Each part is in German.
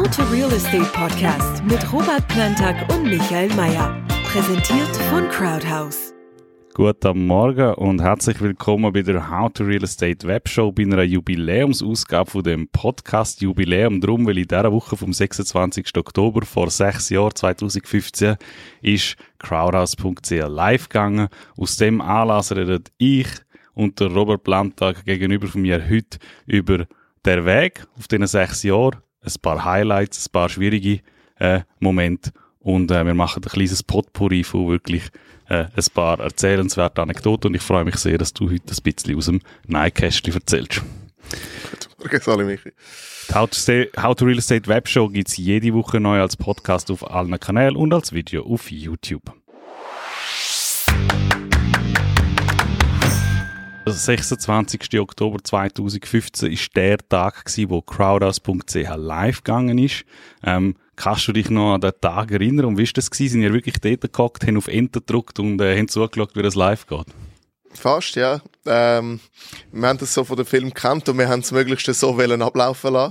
How to Real Estate Podcast mit Robert Plantag und Michael Mayer. Präsentiert von Crowdhouse. Guten Morgen und herzlich willkommen bei der How to Real Estate Webshow bei einer Jubiläumsausgabe von dem Podcast Jubiläum. Darum, weil in dieser Woche vom 26. Oktober vor 6 Jahren, 2015, ist crowdhouse.ch live gegangen. Aus dem Anlass redet ich und der Robert Plantag gegenüber von mir heute über den Weg auf diesen 6 Jahren, ein paar Highlights, ein paar schwierige Momente und wir machen ein kleines Potpourri von wirklich ein paar erzählenswerte Anekdoten und ich freue mich sehr, dass du heute ein bisschen aus dem Nähkästchen erzählst. Guten Morgen, Sali Michi. Die How to Real Estate Webshow gibt es jede Woche neu als Podcast auf allen Kanälen und als Video auf YouTube. Der 26. Oktober 2015 war der Tag, wo crowdhouse.ch live gegangen ist. Kannst du dich noch an den Tag erinnern? Und wie war das? Sind ihr wirklich dort gehockt, haben auf Enter gedrückt und haben zugeschaut, wie das live geht? Fast, ja. Wir haben das so von dem Film gekannt und wir haben es möglichst so ablaufen lassen.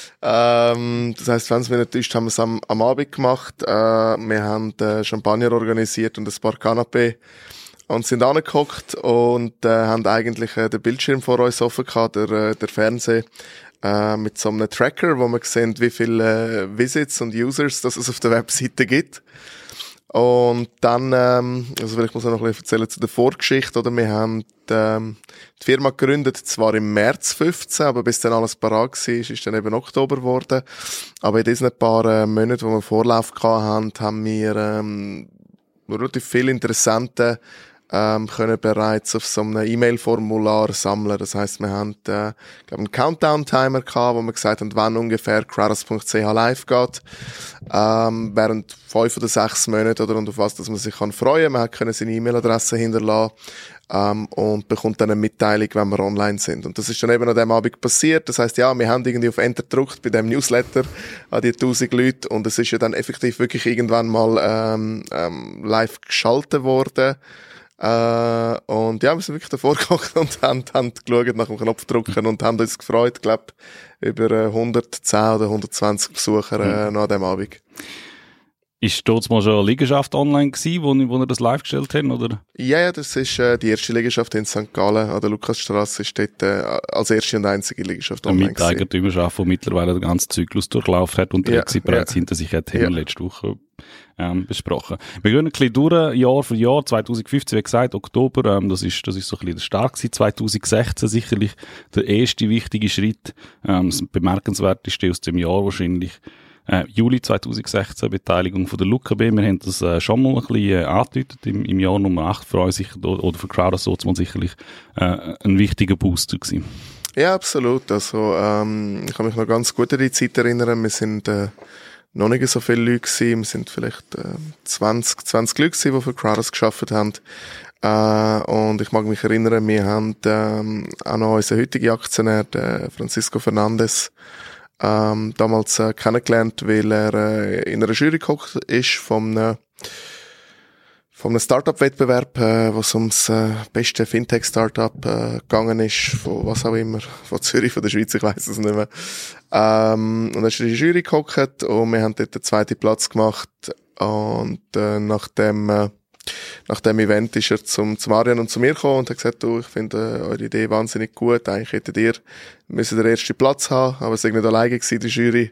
Das heisst, wenn es mich nicht täuscht, haben wir es am Abend gemacht. Wir haben Champagner organisiert und ein paar Canapés und sind angehockt und haben eigentlich den Bildschirm vor uns offen gehabt, der Fernseher. Mit so einem Tracker, wo man sieht, wie viele Visits und Users das es auf der Webseite gibt. Und dann, also vielleicht muss ich noch ein bisschen erzählen zu der Vorgeschichte, oder? Wir haben die Firma gegründet, zwar im März 15, aber bis dann alles parat war, ist dann eben Oktober geworden. Aber in diesen paar Monaten, wo wir Vorlauf hatten, haben wir relativ viele interessante können bereits auf so einem E-Mail-Formular sammeln. Das heisst, wir haben einen Countdown-Timer gehabt, wo wir gesagt haben, wann ungefähr crowdhouse.ch live geht. Während 5 oder 6 Monate, oder, und auf was dass man sich freuen kann. Man können seine E-Mail-Adresse hinterlassen und bekommt dann eine Mitteilung, wenn wir online sind. Und das ist dann eben an dem Abend passiert. Das heisst, ja, wir haben irgendwie auf Enter gedrückt bei dem Newsletter an die 1000 Leute und es ist ja dann effektiv wirklich irgendwann mal live geschaltet worden. Und ja, wir sind wirklich davor gekocht und haben geschaut nach dem Knopf drücken und haben uns gefreut, glaube über 110 oder 120 Besucher nach dem Abend. Ist dort mal schon eine Liegenschaft online gewesen, wo ihr das live gestellt habt, oder? Ja, das ist die erste Liegenschaft in St. Gallen an der Lukasstrasse, ist dort als erste und einzige Liegenschaft online gewesen. Eine Miteigentümerschaft, die mittlerweile den ganzen Zyklus durchlaufen hat und der Exit bereits hinter sich hat, haben wir letzte Woche besprochen. Wir gehen ein bisschen durch, Jahr für Jahr. 2015, wie gesagt, Oktober, das ist so ein bisschen der Start gewesen. 2016 sicherlich der erste wichtige Schritt, das bemerkenswerteste aus dem Jahr wahrscheinlich. Juli 2016, Beteiligung von der LUKB. Wir haben das schon mal ein bisschen angedeutet im Jahr Nummer 8 für uns oder für Crowdhouse sicherlich ein wichtiger Booster gewesen. Ja, absolut. Also, ich kann mich noch ganz gut an die Zeit erinnern. Wir sind noch nicht so viele Leute gewesen. Wir sind vielleicht 20 Leute gewesen, die für Crowdhouse gearbeitet haben. Und ich mag mich erinnern, wir haben auch noch unseren heutigen Aktionär, den Francisco Fernandes, damals kennengelernt, weil er in einer Jury gehockt ist von einem Startup-Wettbewerb, wo es ums beste Fintech-Startup gegangen ist, von was auch immer, von Zürich, von der Schweiz, ich weiss es nicht mehr. Und er ist in die Jury gehockt und wir haben dort den 2. Platz gemacht und nach dem Event ist er zum Marian und zu mir gekommen und hat gesagt, du, ich finde eure Idee wahnsinnig gut, eigentlich hättet ihr müssen den ersten Platz haben, aber es war nicht alleine gewesen, die Jury.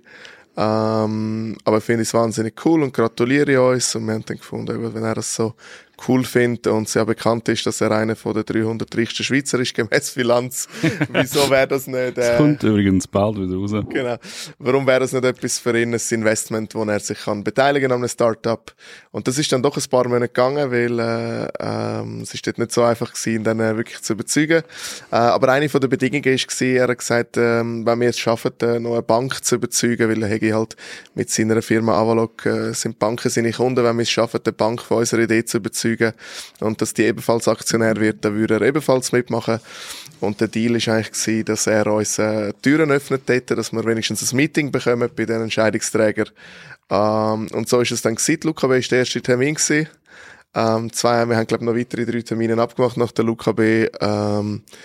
Aber ich finde es wahnsinnig cool und gratuliere uns und wir haben dann gefunden, wenn er das so cool findet und sehr bekannt ist, dass er einer von den 300 reichsten Schweizer ist, gemäss Bilanz. Wieso wäre das nicht... Das kommt übrigens bald wieder raus. Genau. Warum wäre das nicht etwas für ihn, ein Investment, wo er sich kann beteiligen an einem Startup? Und das ist dann doch ein paar Monate gegangen, weil es ist dort nicht so einfach gewesen, ihn dann wirklich zu überzeugen. Aber eine von den Bedingungen war, er hat gesagt, wenn wir es schaffen, noch eine Bank zu überzeugen, weil er hätte halt mit seiner Firma Avalok sind Banken seine Kunden, wenn wir es schaffen, die Bank von unserer Idee zu überzeugen und dass die ebenfalls Aktionär wird, dann würde er ebenfalls mitmachen. Und der Deal war eigentlich gewesen, dass er uns Türen öffnet hätte, dass wir wenigstens ein Meeting bekommen bei den Entscheidungsträgern. Und so ist es dann gewesen. Luca B. war der erste Termin gewesen. Wir haben, glaube ich, noch weitere 3 Termine abgemacht nach der Luca B.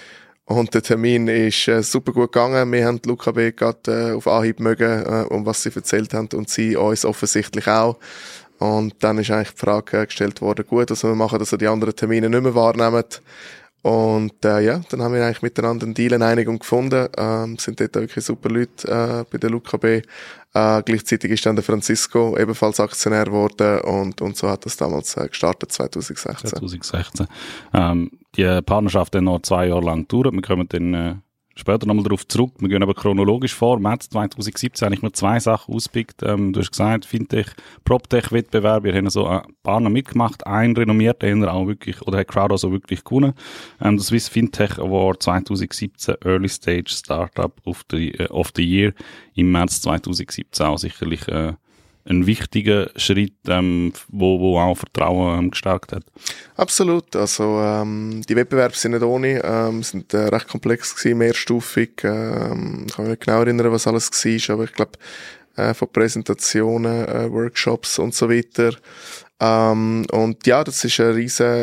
Und der Termin ist super gut gegangen. Wir haben Luca B. gerade auf Anhieb mögen, um was sie erzählt haben, und sie uns offensichtlich auch. Und dann ist eigentlich die Frage gestellt worden, gut, was wir machen, dass wir die anderen Termine nicht mehr wahrnehmen. Und ja, dann haben wir eigentlich miteinander einen Deal, eine Einigung gefunden. Sind dort wirklich super Leute bei der Luca B. Gleichzeitig ist dann der Francisco ebenfalls Aktionär geworden und so hat das damals gestartet, 2016. Die Partnerschaft dann noch 2 Jahre lang gedauert. Wir kommen dann später nochmal darauf zurück. Wir gehen aber chronologisch vor. März 2017 habe ich mir 2 Sachen ausgepickt. Du hast gesagt, Fintech, PropTech-Wettbewerb. Wir haben so ein paar noch mitgemacht. Ein renommierter hat auch wirklich, oder hat Crowd auch wirklich gewonnen. Der Swiss Fintech Award 2017 Early Stage Startup of the Year im März 2017 auch sicherlich ein wichtiger Schritt, wo auch Vertrauen gestärkt hat. Absolut. Also die Wettbewerbe sind nicht ohne, sind recht komplex gewesen, mehrstufig. Ich kann mich nicht genau erinnern, was alles war, aber ich glaube von Präsentationen, Workshops und so weiter. Und ja, das ist eine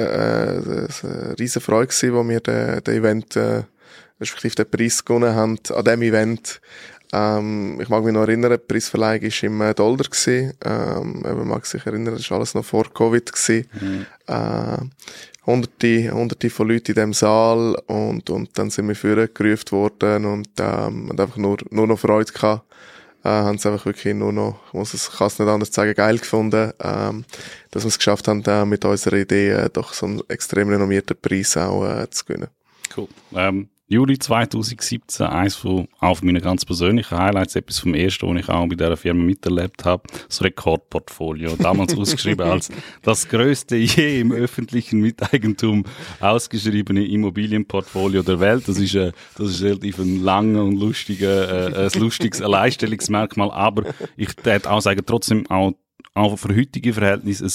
riesen Freude gewesen, wo wir den Event, respektive den Preis gewonnen haben an dem Event. Ich mag mich noch erinnern, die Preisverleihung war im Dollar gewesen. Man mag sich erinnern, das war alles noch vor Covid gewesen. Hunderte von Leuten in diesem Saal und dann sind wir vorgerufen worden und haben einfach nur noch Freude gehabt. Haben es einfach wirklich nur noch, ich kann es nicht anders sagen, geil gefunden, dass wir es geschafft haben, mit unserer Idee doch so einen extrem renommierten Preis auch zu gewinnen. Cool. Juli 2017, eins von meinen ganz persönlichen Highlights, etwas vom ersten, was ich auch bei dieser Firma miterlebt habe, das Rekordportfolio. Damals ausgeschrieben als das grösste je im öffentlichen Miteigentum ausgeschriebene Immobilienportfolio der Welt. Das ist relativ ein langer und lustiges Alleinstellungsmerkmal, aber ich würde auch sagen, trotzdem auch für heutige Verhältnisse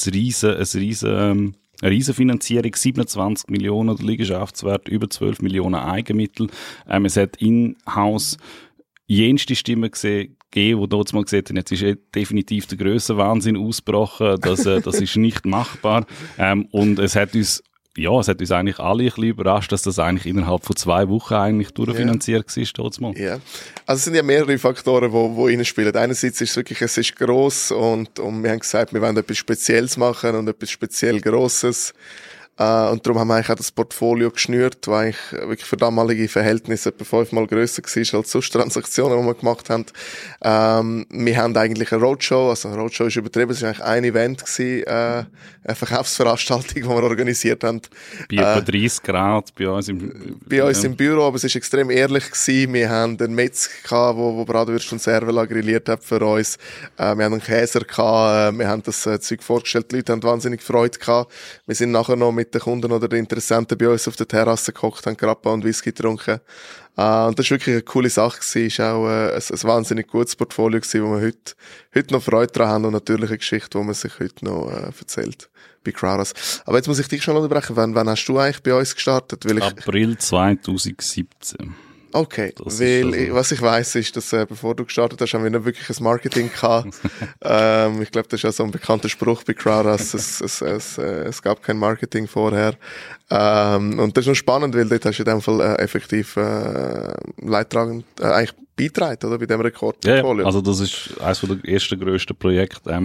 eine riesen Finanzierung, 27 Millionen der Liegenschaftswert, über 12 Millionen Eigenmittel. Es hat in-house jenste Stimmen gegeben, die dort mal gesagt haben, jetzt ist definitiv der Grössenwahnsinn ausgebrochen, das ist nicht machbar. Und es hat uns eigentlich alle ein bisschen überrascht, dass das eigentlich innerhalb von 2 Wochen eigentlich durchfinanziert war, dort mal. Ja. Also es sind ja mehrere Faktoren, die reinspielen. Einerseits ist es wirklich, es ist gross und wir haben gesagt, wir wollen etwas Spezielles machen und etwas speziell Grosses. Und darum haben wir eigentlich auch das Portfolio geschnürt, das eigentlich wirklich für damalige Verhältnisse etwa 5-mal grösser war als sonst Transaktionen, die wir gemacht haben. Wir haben eigentlich eine Roadshow, also eine Roadshow ist übertrieben, es war eigentlich ein Event gewesen, eine Verkaufsveranstaltung, die wir organisiert haben. Bei etwa 30 Grad bei uns im Büro, aber es war extrem ehrlich gewesen. Wir haben einen Metz gehabt, wo Bratwürste und Cervela grilliert hat für uns. Wir haben einen Käser gehabt, wir haben das Zeug vorgestellt, die Leute haben wahnsinnig Freude gehabt. Wir sind nachher noch mit den Kunden oder den Interessenten bei uns auf der Terrasse gehockt, haben Grappa und Whisky getrunken. Und das war wirklich eine coole Sache gewesen. Es war auch ein wahnsinnig gutes Portfolio gewesen, wo wir heute noch Freude dran haben und natürlich eine Geschichte, die man sich heute noch erzählt bei Crowdhouse. Aber jetzt muss ich dich schon unterbrechen. Wann hast du eigentlich bei uns gestartet? April 2017. Okay, was ich weiss ist, dass bevor du gestartet hast, haben wir nicht wirklich ein Marketing gehabt. Ich glaube, das ist ja so ein bekannter Spruch bei Crowdhouse, es gab kein Marketing vorher. Und das ist noch spannend, weil dort hast du in dem Fall effektiv leidtragend eigentlich beigetragen, oder, bei dem Rekordportfolio. Ja, also das ist eines der ersten grössten Projekte,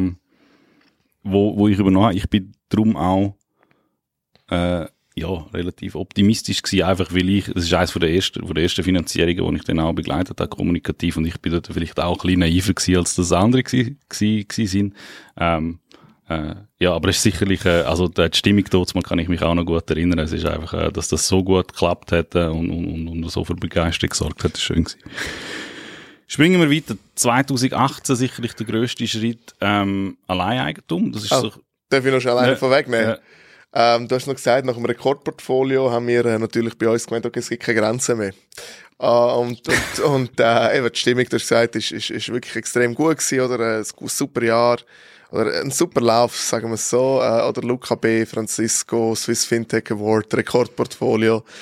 wo ich übernommen habe. Ich bin darum auch relativ optimistisch gewesen, einfach weil das ist eines von der ersten Finanzierungen, die ich dann auch begleitet habe, kommunikativ, und ich bin dort vielleicht auch ein bisschen naiver gewesen, als das andere sind. Aber es ist sicherlich, also die Stimmung dort, kann ich mich auch noch gut erinnern, es ist einfach, dass das so gut geklappt hat und so für Begeisterung gesorgt hat, ist schön gewesen. Springen wir weiter. 2018 sicherlich der grösste Schritt, Alleineigentum. Das ist so. Darf ich noch schon alleine vorwegnehmen? Du hast noch gesagt, nach dem Rekordportfolio haben wir natürlich bei uns gemeint, okay, es gibt keine Grenzen mehr. Eben die Stimmung, du hast gesagt, ist wirklich extrem gut gewesen, oder? Ein super Jahr, oder ein super Lauf, sagen wir es so, oder Luca B, Francisco, Swiss Fintech Award, Rekordportfolio.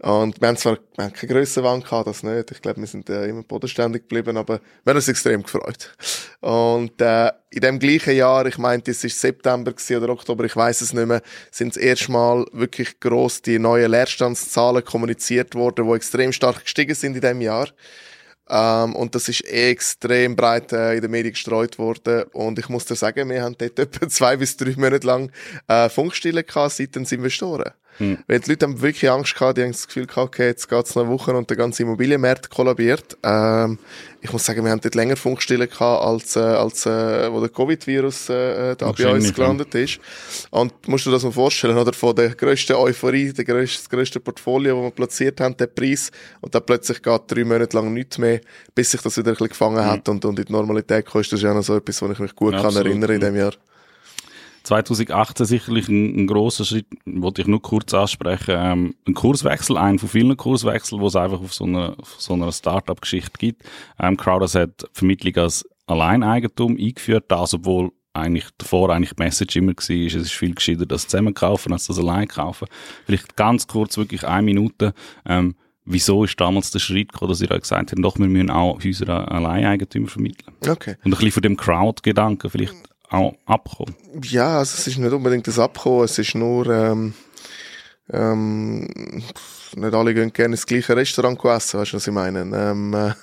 Und wir haben keine Grössenwand gehabt, das nicht. Ich glaube, wir sind immer bodenständig geblieben, aber wir haben uns extrem gefreut. Und in dem gleichen Jahr, ich meinte, es war September oder Oktober, ich weiss es nicht mehr, sind das erste Mal wirklich gross die neuen Leerstandszahlen kommuniziert worden, die extrem stark gestiegen sind in diesem Jahr. Und das ist extrem breit in den Medien gestreut worden. Und ich muss dir sagen, wir haben dort etwa 2 bis 3 Monate lang Funkstille gehabt seitens Investoren. Weil die Leute haben wirklich Angst gehabt, die haben das Gefühl gehabt, okay, jetzt geht's noch Wochen und der ganze Immobilienmarkt kollabiert. Ich muss sagen, wir haben dort länger Funkstille gehabt, als wo der Covid-Virus da bei uns gelandet ist. Und musst du dir das mal vorstellen, oder? Von der grössten Euphorie, das grösste Portfolio, das wir platziert haben, der Preis. Und dann plötzlich geht 3 Monate lang nichts mehr, bis sich das wieder ein bisschen gefangen hat und in die Normalität kam. Das ist ja noch so etwas, was ich mich gut kann erinnern in dem Jahr. 2018 sicherlich ein grosser Schritt, wollte ich nur kurz ansprechen, ein Kurswechsel, einen von vielen Kurswechseln, die es einfach auf so einer Start-up-Geschichte gibt. Crowdhouse hat Vermittlung als Alleineigentum eingeführt, das, obwohl davor die Message immer war, es ist viel gescheiter, das zusammen kaufen, als das allein kaufen. Vielleicht ganz kurz, wirklich 1 Minute, wieso ist damals der Schritt gekommen, dass ihr euch gesagt habt, doch, wir müssen auch Häuser an Alleineigentümer vermitteln? Okay. Und ein bisschen von dem Crowd-Gedanken vielleicht auch abkommen? Ja, also es ist nicht unbedingt das Abkommen, es ist nur, nicht alle gehen gerne ins gleiche Restaurant essen, weißt du, was ich meine?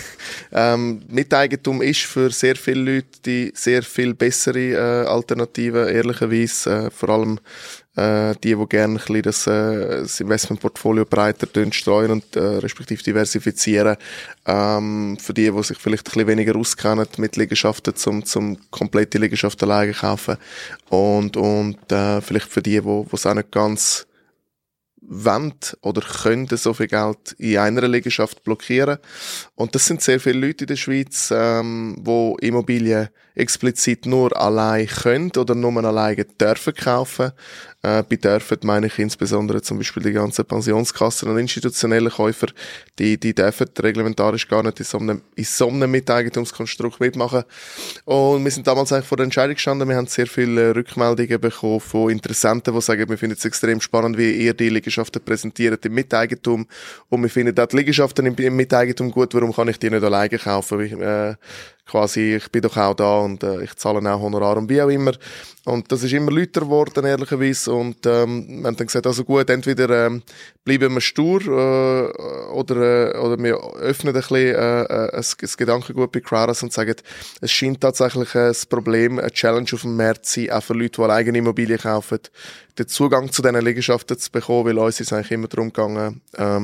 Miteigentum ist für sehr viele Leute die sehr viel bessere Alternative, ehrlicherweise, vor allem die gerne ein bisschen das Investmentportfolio breiter streuen und respektive diversifizieren. Für die sich vielleicht ein bisschen weniger auskennen mit Liegenschaften, zum komplette Liegenschaft alleine kaufen. Und vielleicht für die es auch nicht ganz wollen oder können so viel Geld in einer Liegenschaft blockieren. Und das sind sehr viele Leute in der Schweiz, die Immobilien explizit nur allein können oder nur alleine dürfen kaufen. Bei dürfen meine ich insbesondere zum Beispiel die ganzen Pensionskassen und institutionelle Käufer, die dürfen reglementarisch gar nicht in so einem Miteigentumskonstrukt mitmachen. Und wir sind damals eigentlich vor der Entscheidung gestanden, wir haben sehr viele Rückmeldungen bekommen von Interessenten, die sagen, wir finden es extrem spannend, wie ihr die Liegenschaften präsentiert im Miteigentum, und wir finden auch die Liegenschaften im Miteigentum gut, warum kann ich die nicht alleine kaufen? Quasi, ich bin doch auch da und ich zahle auch Honorar und wie auch immer. Und das ist immer lauter geworden, ehrlicherweise. Und wir haben dann gesagt, also gut, entweder bleiben wir stur oder wir öffnen ein bisschen das Gedankengut bei Crowdhouse und sagen, es scheint tatsächlich ein Problem, eine Challenge auf dem Markt zu sein, auch für Leute, die eine eigene Immobilie kaufen, den Zugang zu diesen Liegenschaften zu bekommen, weil uns ist eigentlich immer darum gegangen,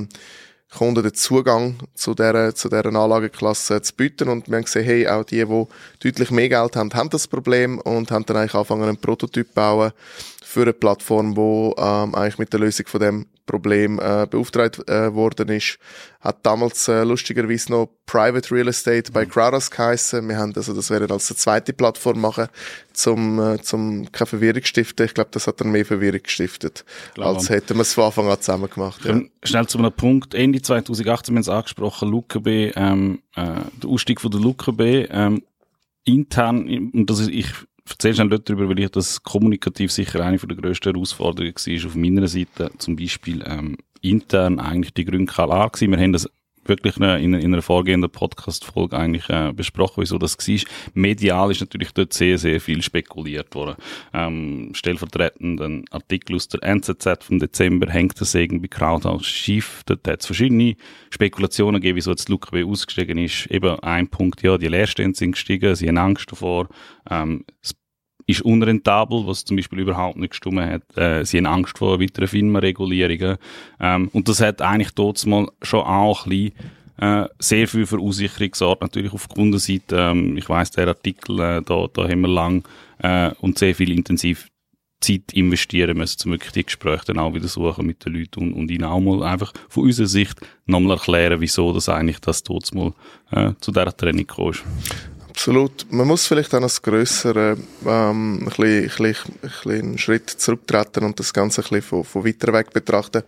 Kunden den Zugang zu dieser Anlageklasse zu bieten. Und wir haben gesehen, hey, auch die deutlich mehr Geld haben das Problem und haben dann eigentlich angefangen, einen Prototyp zu bauen für eine Plattform, die eigentlich mit der Lösung von dem Problem beauftragt worden ist. Hat damals lustigerweise noch Private Real Estate bei Crowdhouse geheissen. Wir haben das werden als eine zweite Plattform machen, zum keine Verwirrung stiften. Ich glaube, das hat dann mehr Verwirrung gestiftet, als hätten wir es von Anfang an zusammen gemacht. Ja. Schnell zu einem Punkt. Ende 2018 haben wir es angesprochen, LucaB, der Ausstieg von der LucaB, intern, und das ist, ich erzähle schnell dort darüber, weil ich das kommunikativ sicher eine der grössten Herausforderungen war auf meiner Seite. Zum Beispiel intern eigentlich die Gründe klar gewesen. Wir haben das wirklich in einer vorgehenden Podcast-Folge eigentlich besprochen, wieso das war. Medial ist natürlich dort sehr, sehr viel spekuliert worden. Stellvertretend ein Artikel aus der NZZ vom Dezember, hängt der Segen bei Crowdhouse schief. Dort hat es verschiedene Spekulationen gegeben, wieso jetzt LucaB ausgestiegen ist. Eben ein Punkt, ja, die Leerstände sind gestiegen, sie haben Angst davor. Es ist unrentabel, was zum Beispiel überhaupt nicht gestimmt hat. Sie haben Angst vor weiteren Firmenregulierungen. Und das hat eigentlich dort mal schon auch ein bisschen sehr viel Verunsicherung gesorgt, natürlich auf Kundenseite. Ich weiss, der Artikel, da haben wir lang und sehr viel intensiv Zeit investieren müssen, um wirklich die Gespräche dann auch wieder suchen mit den Leuten und ihnen auch mal einfach von unserer Sicht nochmal erklären, wieso das eigentlich das dort mal zu dieser Trennung gekommen ist. Absolut. Man muss vielleicht auch noch grösser ein bisschen Schritt zurücktreten und das Ganze ein bisschen von weiter weg betrachten.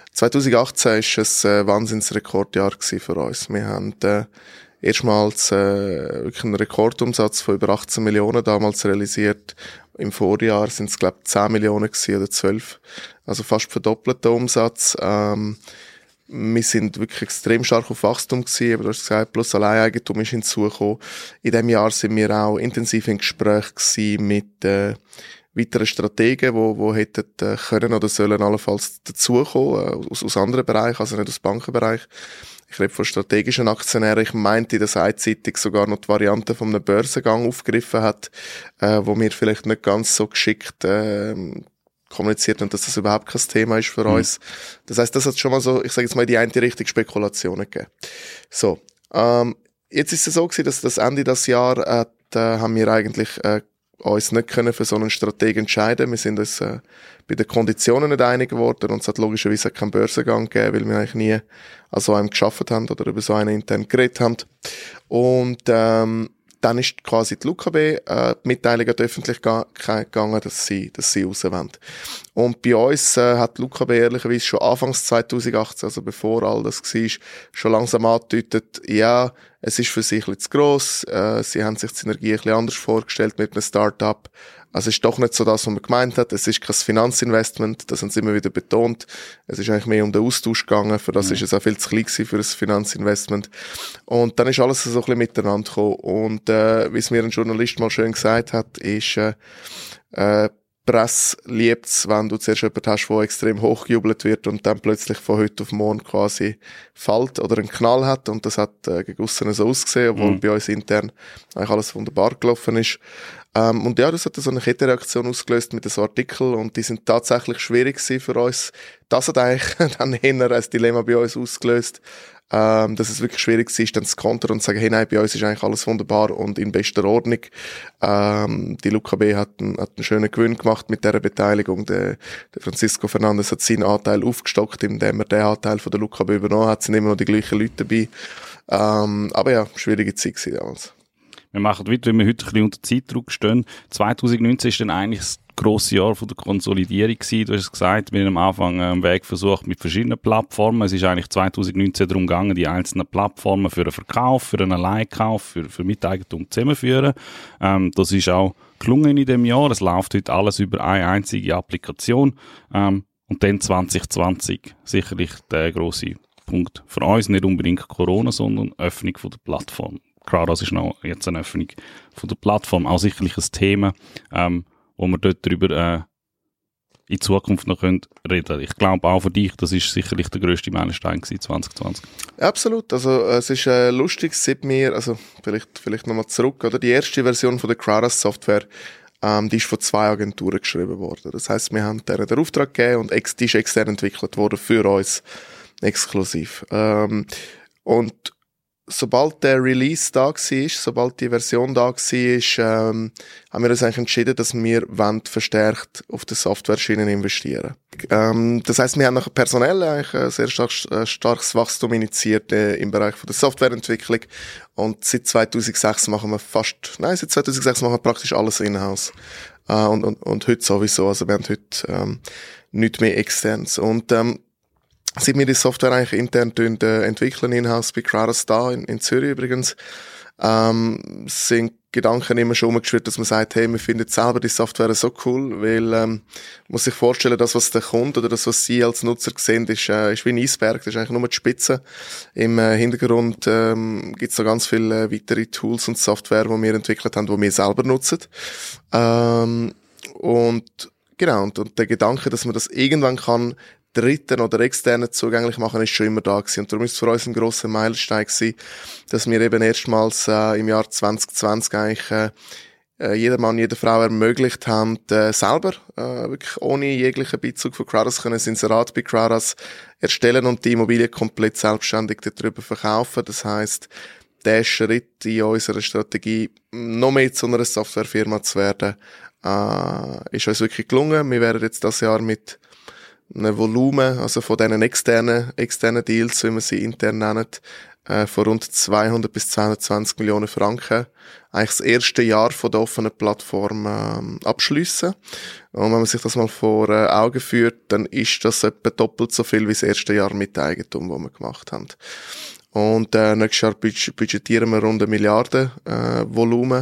2018 war ein Wahnsinnsrekordjahr für uns. Wir haben erstmals wirklich einen Rekordumsatz von über 18 Millionen damals realisiert. Im Vorjahr sind es, glaube ich, 10 Millionen gewesen, oder 12. Also fast verdoppelter Umsatz. wir sind wirklich extrem stark auf Wachstum gewesen, aber du hast gesagt, plus Alleineigentum ist hinzugekommen. In diesem Jahr sind wir auch intensiv in Gespräch gewesen mit weiteren Strategen, die hätten können oder sollen allenfalls dazukommen, aus anderen Bereichen, also nicht aus dem Bankenbereich. Ich rede von strategischen Aktionären. Ich meinte, dass einseitig sogar noch die Variante von einem Börsengang aufgegriffen hat, wo wir vielleicht nicht ganz so geschickt kommuniziert und dass das überhaupt kein Thema ist für uns. Das heisst, das hat schon mal so, ich sage jetzt mal, die eine Richtung Spekulationen gegeben. So, jetzt ist es so gewesen, dass das Ende des Jahres haben wir eigentlich uns nicht können für so einen Strategen entscheiden. Wir sind uns bei den Konditionen nicht einig geworden und es hat logischerweise keinen Börsengang gegeben, weil wir eigentlich nie an so einem gearbeitet haben oder über so einen intern geredet haben. Und dann ist quasi die LucaB die Mitteilung an die Öffentlichkeit gegangen, dass sie raus wollen. Und bei uns hat die LucaB ehrlicherweise schon Anfangs 2018, also bevor all das war, schon langsam angedeutet, ja, es ist für sie ein bisschen zu gross, sie haben sich die Synergie ein bisschen anders vorgestellt mit einem Start-up. Also es ist doch nicht so das, was man gemeint hat. Es ist kein Finanzinvestment, das haben sie immer wieder betont. Es ist eigentlich mehr um den Austausch gegangen. Für das ist es auch viel zu klein gewesen für ein Finanzinvestment. Und dann ist alles so ein bisschen miteinander gekommen. Und wie es mir ein Journalist mal schön gesagt hat, ist Presse liebt's, wenn du zuerst jemanden hast, der extrem hochgejubelt wird und dann plötzlich von heute auf morgen quasi fällt oder einen Knall hat. Und das hat gegossen so ausgesehen, obwohl bei uns intern eigentlich alles wunderbar gelaufen ist. Und ja, das hat so eine Kettenreaktion ausgelöst mit so Artikeln und die sind tatsächlich schwierig gewesen für uns. Das hat eigentlich dann eher ein Dilemma bei uns ausgelöst, dass es wirklich schwierig ist, dann zu kontern und zu sagen, hey, nein, bei uns ist eigentlich alles wunderbar und in bester Ordnung. Die LucaB hat einen schönen Gewinn gemacht mit dieser Beteiligung. Der Francisco Fernandes hat seinen Anteil aufgestockt, indem er den Anteil von der LucaB übernommen hat. Es sind immer noch die gleichen Leute dabei. Aber ja, schwierige Zeit gewesen damals. Wir machen weiter, weil wir heute ein bisschen unter Zeitdruck stehen. 2019 ist dann eigentlich das grosse Jahr von der Konsolidierung gewesen. Du hast es gesagt, wir haben am Anfang einen Weg versucht mit verschiedenen Plattformen. Es ist eigentlich 2019 darum gegangen, die einzelnen Plattformen für einen Verkauf, für einen Alleinkauf, für Miteigentum zusammenzuführen. Das ist auch gelungen in dem Jahr. Es läuft heute alles über eine einzige Applikation. Und dann 2020 sicherlich der grosse Punkt für uns. Nicht unbedingt Corona, sondern Öffnung von der Plattform. Crowdhouse ist noch jetzt eine Öffnung von der Plattform. Auch sicherlich ein Thema, wo wir dort darüber in Zukunft noch reden können. Ich glaube auch für dich, das ist sicherlich der grösste Meilenstein gewesen, 2020. Absolut. Also es ist lustig, seit wir, also vielleicht nochmal zurück, oder die erste Version von der Crowdhouse Software, die ist von 2 Agenturen geschrieben worden. Das heisst, wir haben denen den Auftrag gegeben und die ist extern entwickelt worden für uns exklusiv. Und sobald der Release da war, sobald die Version da war, haben wir uns eigentlich entschieden, dass wir verstärkt auf die Software-Schienen investieren. Das heisst, wir haben nachher personell eigentlich ein sehr starkes Wachstum initiiert im Bereich von der Softwareentwicklung und seit 2006 machen wir praktisch alles in-house. Und heute sowieso, also wir haben heute nichts mehr externes. Und seit wir die Software eigentlich intern entwickeln, in-house bei Crowdhouse da, in Zürich übrigens, sind Gedanken immer schon umgeschwirrt, dass man sagt, hey, wir finden selber die Software so cool, weil man muss sich vorstellen, das, was der Kunde oder das, was Sie als Nutzer sehen, ist wie ein Eisberg, das ist eigentlich nur die Spitze. Im Hintergrund gibt es noch ganz viele weitere Tools und Software, die wir entwickelt haben, die wir selber nutzen. Und der Gedanke, dass man das irgendwann kann dritten oder externen zugänglich machen, ist schon immer da gewesen. Und darum ist es für uns ein grosser Meilenstein gewesen, dass wir eben erstmals im Jahr 2020 eigentlich jeder Mann, jede Frau ermöglicht haben, selber wirklich ohne jeglichen Beizug von Crowdhouse können das Inserat bei Crowdhouse erstellen und die Immobilie komplett selbstständig darüber verkaufen. Das heisst, der Schritt in unserer Strategie, noch mehr zu einer Softwarefirma zu werden, ist uns wirklich gelungen. Wir werden jetzt das Jahr mit einem Volumen, also von diesen externen Deals, wie wir sie intern nennen, von rund 200 bis 220 Millionen Franken eigentlich das erste Jahr von der offenen Plattform abschliessen. Und wenn man sich das mal vor Augen führt, dann ist das etwa doppelt so viel wie das erste Jahr mit Eigentum, das wir gemacht haben. Und nächstes Jahr budgetieren wir rund 1 Milliarde Volumen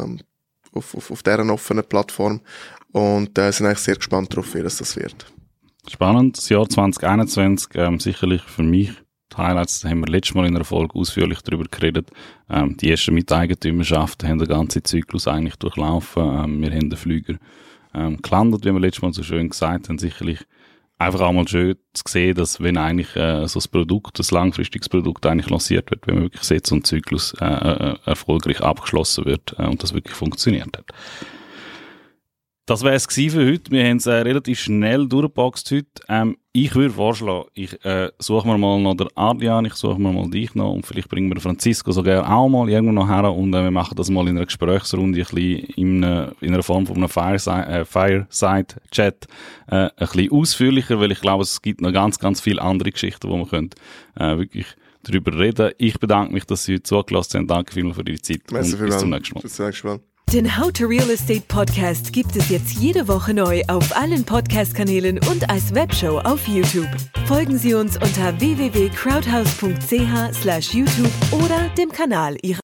auf dieser offenen Plattform und sind eigentlich sehr gespannt darauf, wie das wird. Spannend. Das Jahr 2021, sicherlich für mich die Highlights, da haben wir letztes Mal in einer Folge ausführlich darüber geredet. Die ersten Miteigentümerschaften haben den ganzen Zyklus eigentlich durchlaufen. Wir haben den Flüger gelandet, wie wir letztes Mal so schön gesagt haben. Sicherlich einfach auch mal schön zu sehen, dass wenn eigentlich so ein Produkt, ein langfristiges Produkt eigentlich lanciert wird, wenn man wirklich sieht, so ein Zyklus erfolgreich abgeschlossen wird und das wirklich funktioniert hat. Das wäre es für heute. Wir haben es relativ schnell durchgeboxt heute. Ich würde vorschlagen, ich suche mir mal noch den Adrian, ich suche mir mal dich noch und vielleicht bringen wir Francisco sogar auch mal irgendwo noch her und wir machen das mal in einer Gesprächsrunde ein bisschen in einer Form von einem Fireside-Chat ein bisschen ausführlicher, weil ich glaube, es gibt noch ganz, ganz viele andere Geschichten, wo wir können, wirklich darüber reden. Ich bedanke mich, dass Sie heute zugelassen haben. Danke vielmals für Ihre Zeit und bis zum nächsten Mal. Bis zum nächsten Mal. Den How to Real Estate Podcast gibt es jetzt jede Woche neu auf allen Podcast-Kanälen und als Webshow auf YouTube. Folgen Sie uns unter www.crowdhouse.ch/YouTube oder dem Kanal Ihrer